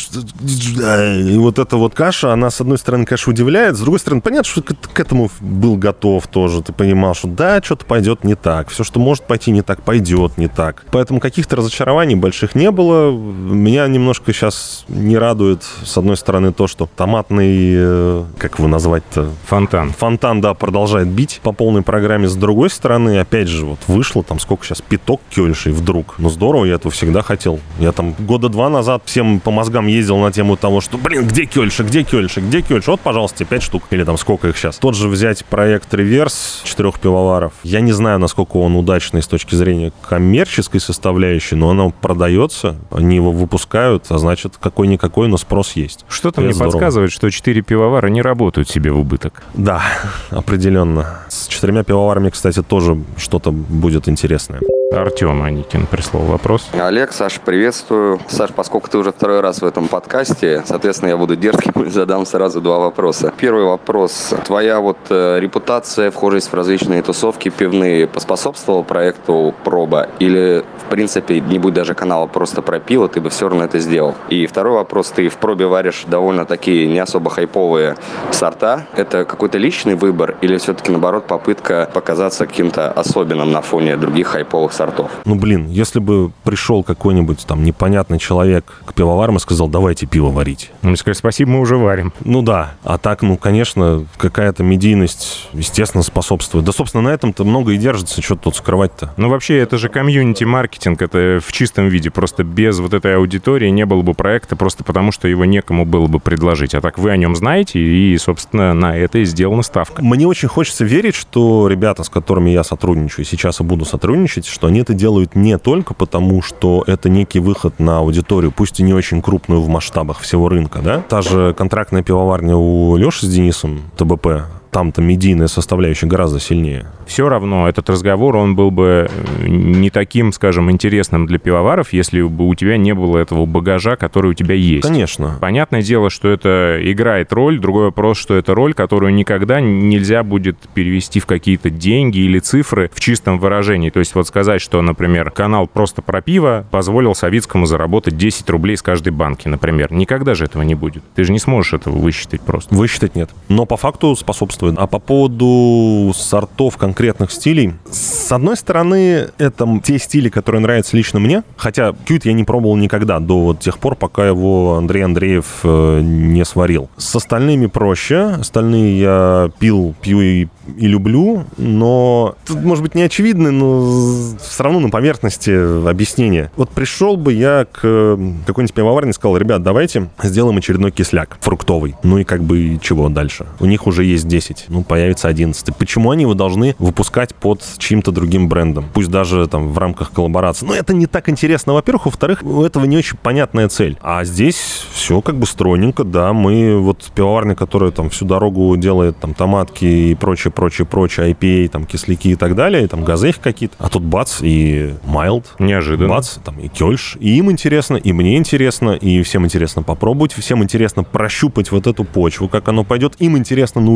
и вот эта вот каша, она, с одной стороны, конечно, удивляет. С другой стороны, понятно, что к, к этому был готов тоже. Ты понимал, что да, что-то пойдет не так. Все, что может пойти не так, пойдет не так. Поэтому каких-то разочарований больших не было. Меня немножко сейчас не радует, с одной стороны, то, что томатный, как его назвать-то? Фонтан. Фонтан, да, продолжает бить по полной программе. С другой стороны, опять же, вот вышло там сколько сейчас, пяток кёльшей вдруг. Ну, здорово, я этого всегда хотел. Я там года два назад всем по мозгам ездил на тему того, что, блин, где кёльши, где кёльши, где кёльши? Вот, пожалуйста, пять штук. Или там сколько их сейчас. Тот же взять проект «Реверс» четырех пивоваров. Я не знаю, насколько он удачный с точки зрения коммерческой составляющей, но оно продается, они его выпускают, а значит, какой-никакой, но спрос есть. Что-то Это мне здорово. Подсказывает, что четыре пивовара не работают себе в убыток. Да, определенно. С четырьмя пивоварами, кстати, тоже что-то будет интересное. Артем Аникин прислал вопрос. Олег, Саша, приветствую. Саш, поскольку ты уже второй раз в этом подкасте, соответственно, я буду дерзким и задам сразу два вопроса. Первый вопрос. Твоя вот э, репутация, вхожесть в различные тусовки пивные поспособствовала проекту «Проба»? Или, в принципе, не будь даже канала просто про пиво, ты бы все равно это сделал? И второй вопрос. Ты в «Пробе» варишь довольно такие не особо хайповые сорта. Это какой-то личный выбор или все-таки, наоборот, попытка показаться каким-то особенным на фоне других хайповых сортов? Ну, блин, если бы пришел какой-нибудь там непонятный человек к пивоварам и сказал, давайте пиво варить. Ну, скажи, спасибо, мы уже варим. Ну да, а так, ну, конечно, какая-то медийность, естественно, способствует. Да, собственно, на этом-то много и держится, что тут скрывать-то. Ну, вообще, это же комьюнити-маркетинг, это в чистом виде. Просто без вот этой аудитории не было бы проекта, просто потому что его некому было бы предложить. А так вы о нем знаете, и, собственно, на это и сделана ставка. Мне очень хочется верить, что ребята, с которыми я сотрудничаю, сейчас и буду сотрудничать, что они это делают не только потому, что это некий выход на аудиторию, пусть и не очень крупную в масштабах всего рынка, да? Та же контрактная пивоварня у Леши с Денисом, ТБП, там-то медийная составляющая гораздо сильнее. Все равно этот разговор, он был бы не таким, скажем, интересным для пивоваров, если бы у тебя не было этого багажа, который у тебя есть. Конечно. Понятное дело, что это играет роль. Другой вопрос, что это роль, которую никогда нельзя будет перевести в какие-то деньги или цифры в чистом выражении. То есть вот сказать, что, например, канал «Просто про пиво» позволил Савицкому заработать десять рублей с каждой банки, например. Никогда же этого не будет. Ты же не сможешь этого высчитать просто. Высчитать нет. Но по факту способствует. А по поводу сортов конкретных стилей, с одной стороны, это те стили, которые нравятся лично мне, хотя кьют я не пробовал никогда до вот тех пор, пока его Андрей Андреев э, не сварил. С остальными проще, остальные я пил, пью и, и люблю, но тут, может быть, не очевидно, но все равно на поверхности объяснения. Вот пришел бы я к какой-нибудь пивоварне и сказал, ребят, давайте сделаем очередной кисляк фруктовый. Ну и как бы чего дальше? У них уже есть десять. Ну, появится одиннадцать. Почему они его должны выпускать под чьим-то другим брендом? Пусть даже там в рамках коллаборации. Но это не так интересно, во-первых. Во-вторых, у этого не очень понятная цель. А здесь все как бы стройненько, да. Мы вот пивоварня, которая там всю дорогу делает там томатки и прочее, прочее, прочее, ай пи эй, там кисляки и так далее, и там газы их какие-то. А тут бац, и Mild. Неожиданно. Бац, там и Кёльш. И им интересно, и мне интересно, и всем интересно попробовать, всем интересно прощупать вот эту почву, как оно пойдет. Им интересно научиться.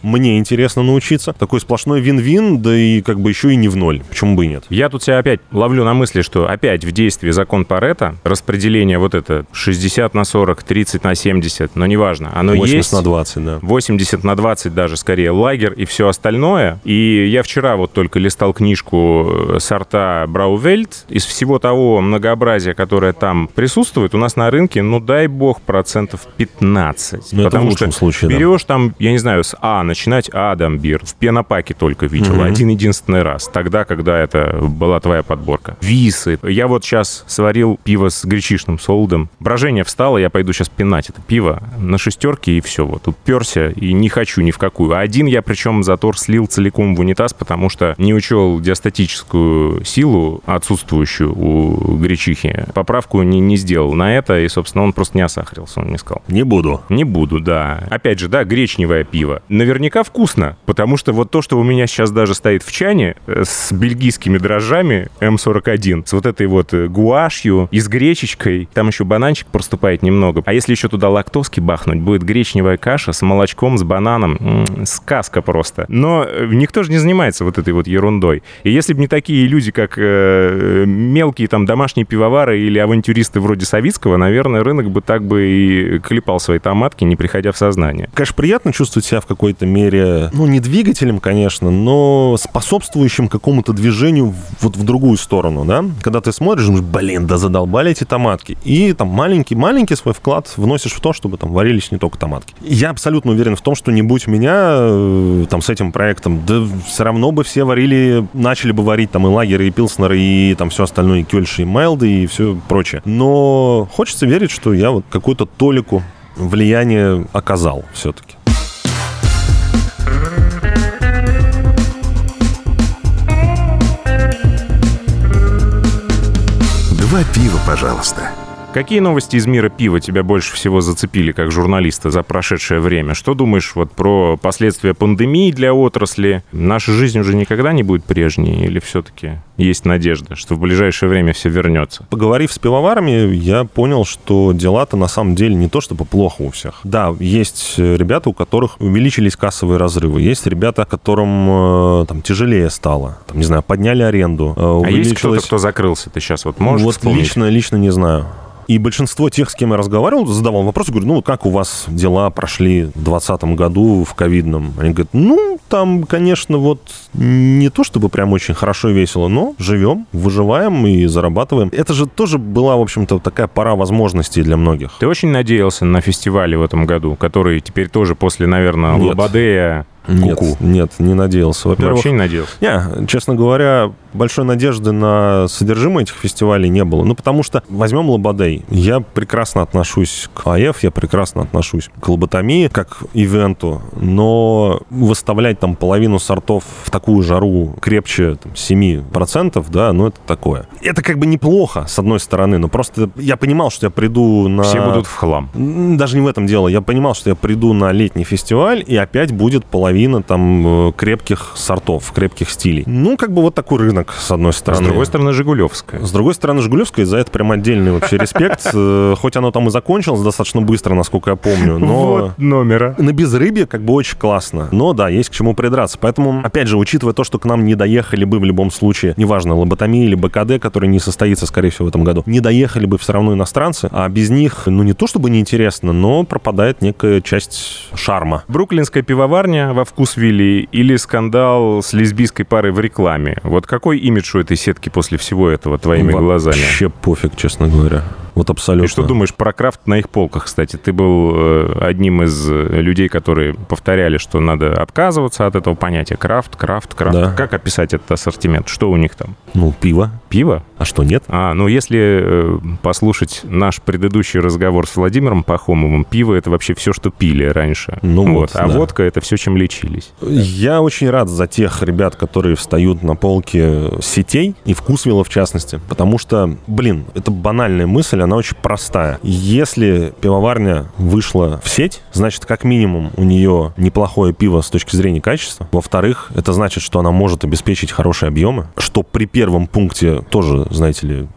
мне интересно научиться. Такой сплошной вин-вин, да и как бы еще и не в ноль. Почему бы и нет? Я тут себя опять ловлю на мысли, что опять в действии закон Парето, распределение вот это шестьдесят на сорок, тридцать на семьдесят, но неважно, оно восемьдесят есть. на двадцать, да. восемьдесят на двадцать даже, скорее, лагерь и все остальное. И я вчера вот только листал книжку сорта Браувельт. Из всего того многообразия, которое там присутствует, у нас на рынке, ну дай бог, процентов пятнадцать. Ну, потому это в лучшем что случае, берешь да. там, я не знаю, с А начинать, Адамбир. В пенопаке только видел. Mm-hmm. Один-единственный раз. Тогда, когда это была твоя подборка. Висы. Я вот сейчас сварил пиво с гречишным солодом. Брожение встало, я пойду сейчас пинать это пиво на шестерке, и все. Вот уперся, и не хочу ни в какую. А один я, причем, затор слил целиком в унитаз, потому что не учел диастатическую силу, отсутствующую у гречихи. Поправку не, не сделал на это, и, собственно, он просто не осахарился, он мне сказал. Не буду. Не буду, да. Опять же, да, гречневое пиво. Наверняка вкусно, потому что вот то, что у меня сейчас даже стоит в чане с бельгийскими дрожжами эм сорок один, с вот этой вот гуашью и с гречечкой, там еще бананчик проступает немного. А если еще туда лактозки бахнуть, будет гречневая каша с молочком, с бананом. М-м, сказка просто. Но никто же не занимается вот этой вот ерундой. И если бы не такие люди, как э, мелкие там домашние пивовары или авантюристы вроде Савицкого, наверное, рынок бы так бы и клепал свои томатки, не приходя в сознание. Конечно, приятно чувствовать себя в какой-то мере, ну, не двигателем, конечно, но способствующим какому-то движению вот в другую сторону, да? Когда ты смотришь, думаешь, блин, да задолбали эти томатки. И там маленький-маленький свой вклад вносишь в то, чтобы там варились не только томатки. Я абсолютно уверен в том, что не будь меня там с этим проектом, да все равно бы все варили, начали бы варить там и лагеры, и пилснеры, и там все остальное, и кёльши, и майлды, и все прочее. Но хочется верить, что я вот какую-то толику влияния оказал все-таки. Два пива, пожалуйста. Какие новости из мира пива тебя больше всего зацепили как журналиста за прошедшее время? Что думаешь вот про последствия пандемии для отрасли? Наша жизнь уже никогда не будет прежней или все-таки есть надежда, что в ближайшее время все вернется? Поговорив с пивоварами, я понял, что дела-то на самом деле не то чтобы плохо у всех. Да, есть ребята, у которых увеличились кассовые разрывы. Есть ребята, которым там тяжелее стало. Там, не знаю, подняли аренду. А увеличилось... есть кто-то, кто закрылся? Ты сейчас вот можешь вот вспомнить? лично, лично не знаю. И большинство тех, с кем я разговаривал, задавал вопрос, говорю, ну, как у вас дела прошли в двадцатом году в ковидном? Они говорят, ну, там, конечно, вот не то чтобы прям очень хорошо и весело, но живем, выживаем и зарабатываем. Это же тоже была, в общем-то, такая пора возможностей для многих. Ты очень надеялся на фестивали в этом году, который теперь тоже после, наверное, Лободея... Нет, нет, не надеялся. Во-первых, вообще не надеялся? Не, честно говоря, большой надежды на содержимое этих фестивалей не было. Ну, потому что, возьмем Лободей. Я прекрасно отношусь к АЭФ, я прекрасно отношусь к лоботомии, как к ивенту, но выставлять там половину сортов в такую жару крепче там, семь процентов, да, ну, это такое. Это как бы неплохо, с одной стороны, но просто я понимал, что я приду на... Все будут в хлам. Даже не в этом дело. Я понимал, что я приду на летний фестиваль, и опять будет половина там крепких сортов, крепких стилей. Ну, как бы вот такой рынок, с одной стороны. С другой стороны, Жигулевская. С другой стороны, Жигулевская, за это прям отдельный вообще респект. Хоть оно там и закончилось достаточно быстро, насколько я помню, но... Вот номера. На безрыбье как бы очень классно. Но да, есть к чему придраться. Поэтому, опять же, учитывая то, что к нам не доехали бы в любом случае, неважно, лоботомия или БКД, который не состоится, скорее всего, в этом году, не доехали бы все равно иностранцы, а без них, ну, не то чтобы неинтересно, но пропадает некая часть шарма. Бруклинская пивоварня во Вкусвилли или скандал с лесбийской парой в рекламе? Вот какой имидж у этой сетки после всего этого твоими Вообще глазами? Вообще пофиг, честно говоря. Вот абсолютно. И что думаешь про крафт на их полках, кстати? Ты был э, одним из людей, которые повторяли, что надо отказываться от этого понятия. Крафт, крафт, крафт. Да. Как описать этот ассортимент? Что у них там? Ну, пиво. Пиво? А что, нет? А, ну, если э, послушать наш предыдущий разговор с Владимиром Пахомовым, пиво — это вообще все, что пили раньше. Ну вот, вот. А да. водка — это все, чем лечились. Я очень рад за тех ребят, которые встают на полке сетей, и Вкусвилла в частности, потому что, блин, это банальная мысль, она очень простая. Если пивоварня вышла в сеть, значит, как минимум, у нее неплохое пиво с точки зрения качества. Во-вторых, это значит, что она может обеспечить хорошие объемы, что при первом пункте тоже, знаете ли,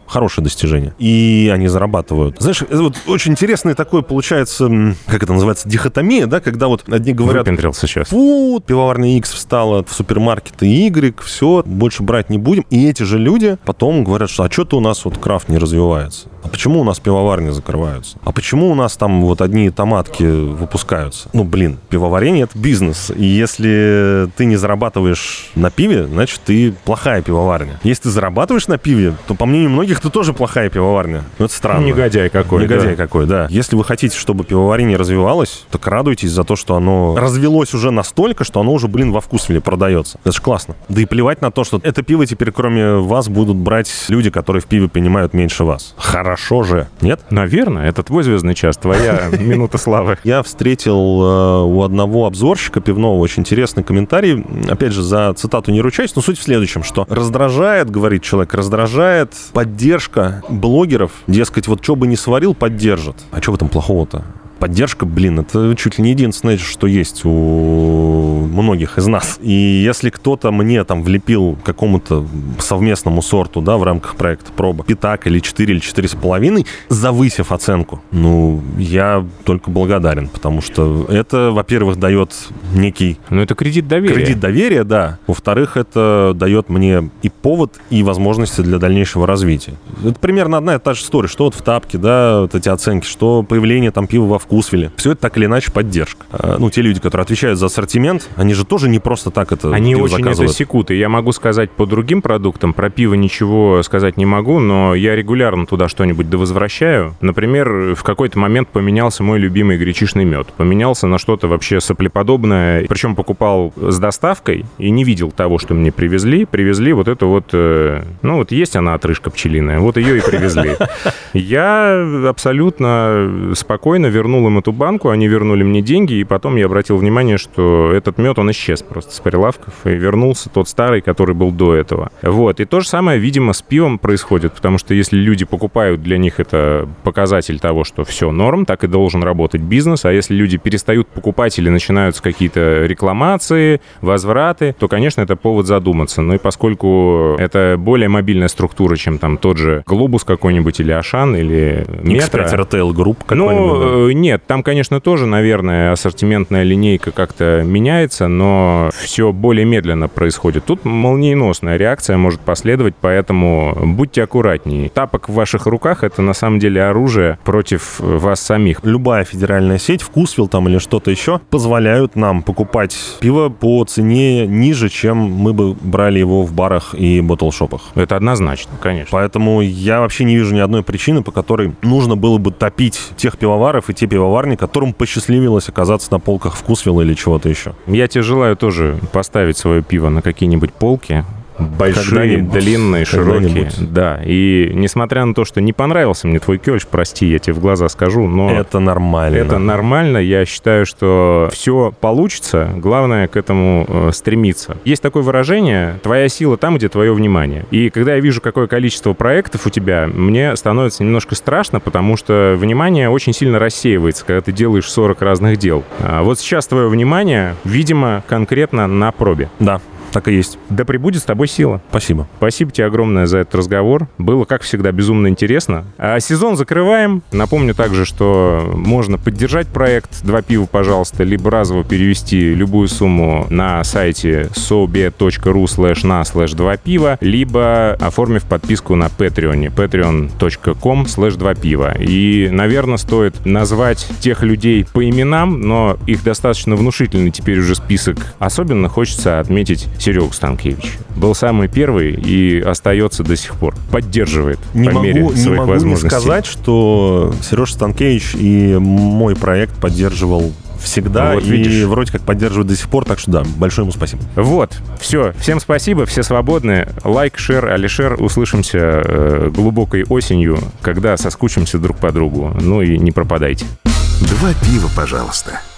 Хорошее достижение. И они зарабатывают. Знаешь, вот очень интересное такое получается, как это называется, дихотомия, да, когда вот одни говорят... Выпендрился сейчас. Фу, пивоварня X встала в супермаркеты Y, все, больше брать не будем. И эти же люди потом говорят, что а что-то у нас вот крафт не развивается. А почему у нас пивоварни закрываются? А почему у нас там вот одни томатки выпускаются? Ну, блин, пивоварение — это бизнес. И если ты не зарабатываешь на пиве, значит, ты плохая пивоварня. Если ты зарабатываешь на пиве, то, по мнению многих, ты тоже плохая пивоварня. Ну, это странно. Негодяй какой. Негодяй да. какой, да. Если вы хотите, чтобы пивоварение развивалось, так радуйтесь за то, что оно развелось уже настолько, что оно уже, блин, во Вкусвилле продается. Это же классно. Да и плевать на то, что это пиво теперь, кроме вас, будут брать люди, которые в пиве понимают меньше вас. Хорошо же, нет? Наверное, это твой звездный час, твоя минута славы. Я встретил э, у одного обзорщика пивного очень интересный комментарий. Опять же, за цитату не ручаюсь, но суть в следующем, что раздражает, говорит человек, раздражает поддержка блогеров. Дескать, вот что бы ни сварил, поддержат. А что в этом плохого-то? Поддержка, блин, это чуть ли не единственное, что есть у многих из нас. И если кто-то мне там влепил какому-то совместному сорту, да, в рамках проекта проба, пятак или четыре, или четыре с половиной, завысив оценку, ну, я только благодарен, потому что это, во-первых, дает некий... Ну, это кредит доверия. Кредит доверия, да. Во-вторых, это дает мне и повод, и возможности для дальнейшего развития. Это примерно одна и та же история, что вот в тапке, да, вот эти оценки, что появление там пива во Вкусвилле. Все это так или иначе поддержка. Ну, те люди, которые отвечают за ассортимент, они же тоже не просто так это Они пиво очень заказывают. это секут. И я могу сказать по другим продуктам, про пиво ничего сказать не могу, но я регулярно туда что-нибудь довозвращаю. Например, в какой-то момент поменялся мой любимый гречишный мед. Поменялся на что-то вообще соплеподобное. Причем покупал с доставкой и не видел того, что мне привезли. Привезли вот это вот... Ну, вот есть она, отрыжка пчелиная. Вот ее и привезли. Я абсолютно спокойно вернул им эту банку, они вернули мне деньги, и потом я обратил внимание, что этот мед, он исчез просто с прилавков, и вернулся тот старый, который был до этого. Вот. И то же самое, видимо, с пивом происходит, потому что если люди покупают, для них это показатель того, что все норм, так и должен работать бизнес, а если люди перестают покупать или начинаются какие-то рекламации, возвраты, то, конечно, это повод задуматься. Ну и поскольку это более мобильная структура, чем там тот же Глобус какой-нибудь, или Ашан, или Метро. Эксперт Retail Group какой-нибудь. Ну, нет, там, конечно, тоже, наверное, ассортиментная линейка как-то меняется, но все более медленно происходит. Тут молниеносная реакция может последовать, поэтому будьте аккуратнее. Тапок в ваших руках — это на самом деле оружие против вас самих. Любая федеральная сеть, Вкусвилл там или что-то еще, позволяют нам покупать пиво по цене ниже, чем мы бы брали его в барах и ботл-шопах. Это однозначно, конечно. Поэтому я вообще не вижу ни одной причины, по которой нужно было бы топить тех пивоваров и те пивоварни, которым посчастливилось оказаться на полках Вкусвилла или чего-то еще. Я тебе желаю тоже поставить свое пиво на какие-нибудь полки. Большие, длинные, широкие. Да. И несмотря на то, что не понравился мне твой кёльш, прости, я тебе в глаза скажу, но... Это нормально. Это нормально. Я считаю, что все получится. Главное к этому э, стремиться. Есть такое выражение: твоя сила там, где твое внимание. И когда я вижу, какое количество проектов у тебя, мне становится немножко страшно, потому что внимание очень сильно рассеивается, когда ты делаешь сорок разных дел. А вот сейчас твое внимание, видимо, конкретно на пробе. Да. Так и есть. Да пребудет с тобой сила. Спасибо. Спасибо тебе огромное за этот разговор. Было, как всегда, безумно интересно. А сезон закрываем. Напомню также, что можно поддержать проект «Два пива, пожалуйста», либо разово перевести любую сумму на сайте sobe.ru слэш на слэш два пива, либо оформив подписку на Patreon, patreon.com слэш два пива. И, наверное, стоит назвать тех людей по именам, но их достаточно внушительный теперь уже список. Особенно хочется отметить Серегу Станкевича. Был самый первый и остается до сих пор. Поддерживает не по могу, мере своих не могу возможностей. Не сказать, что Сережа Станкевич и мой проект поддерживал всегда, вот, и видишь, вроде как поддерживает до сих пор, так что да, большое ему спасибо. Вот, все, всем спасибо, все свободны. Лайк, шер, алишер. Услышимся э, глубокой осенью, когда соскучимся друг по другу. Ну и не пропадайте. Два пива, пожалуйста.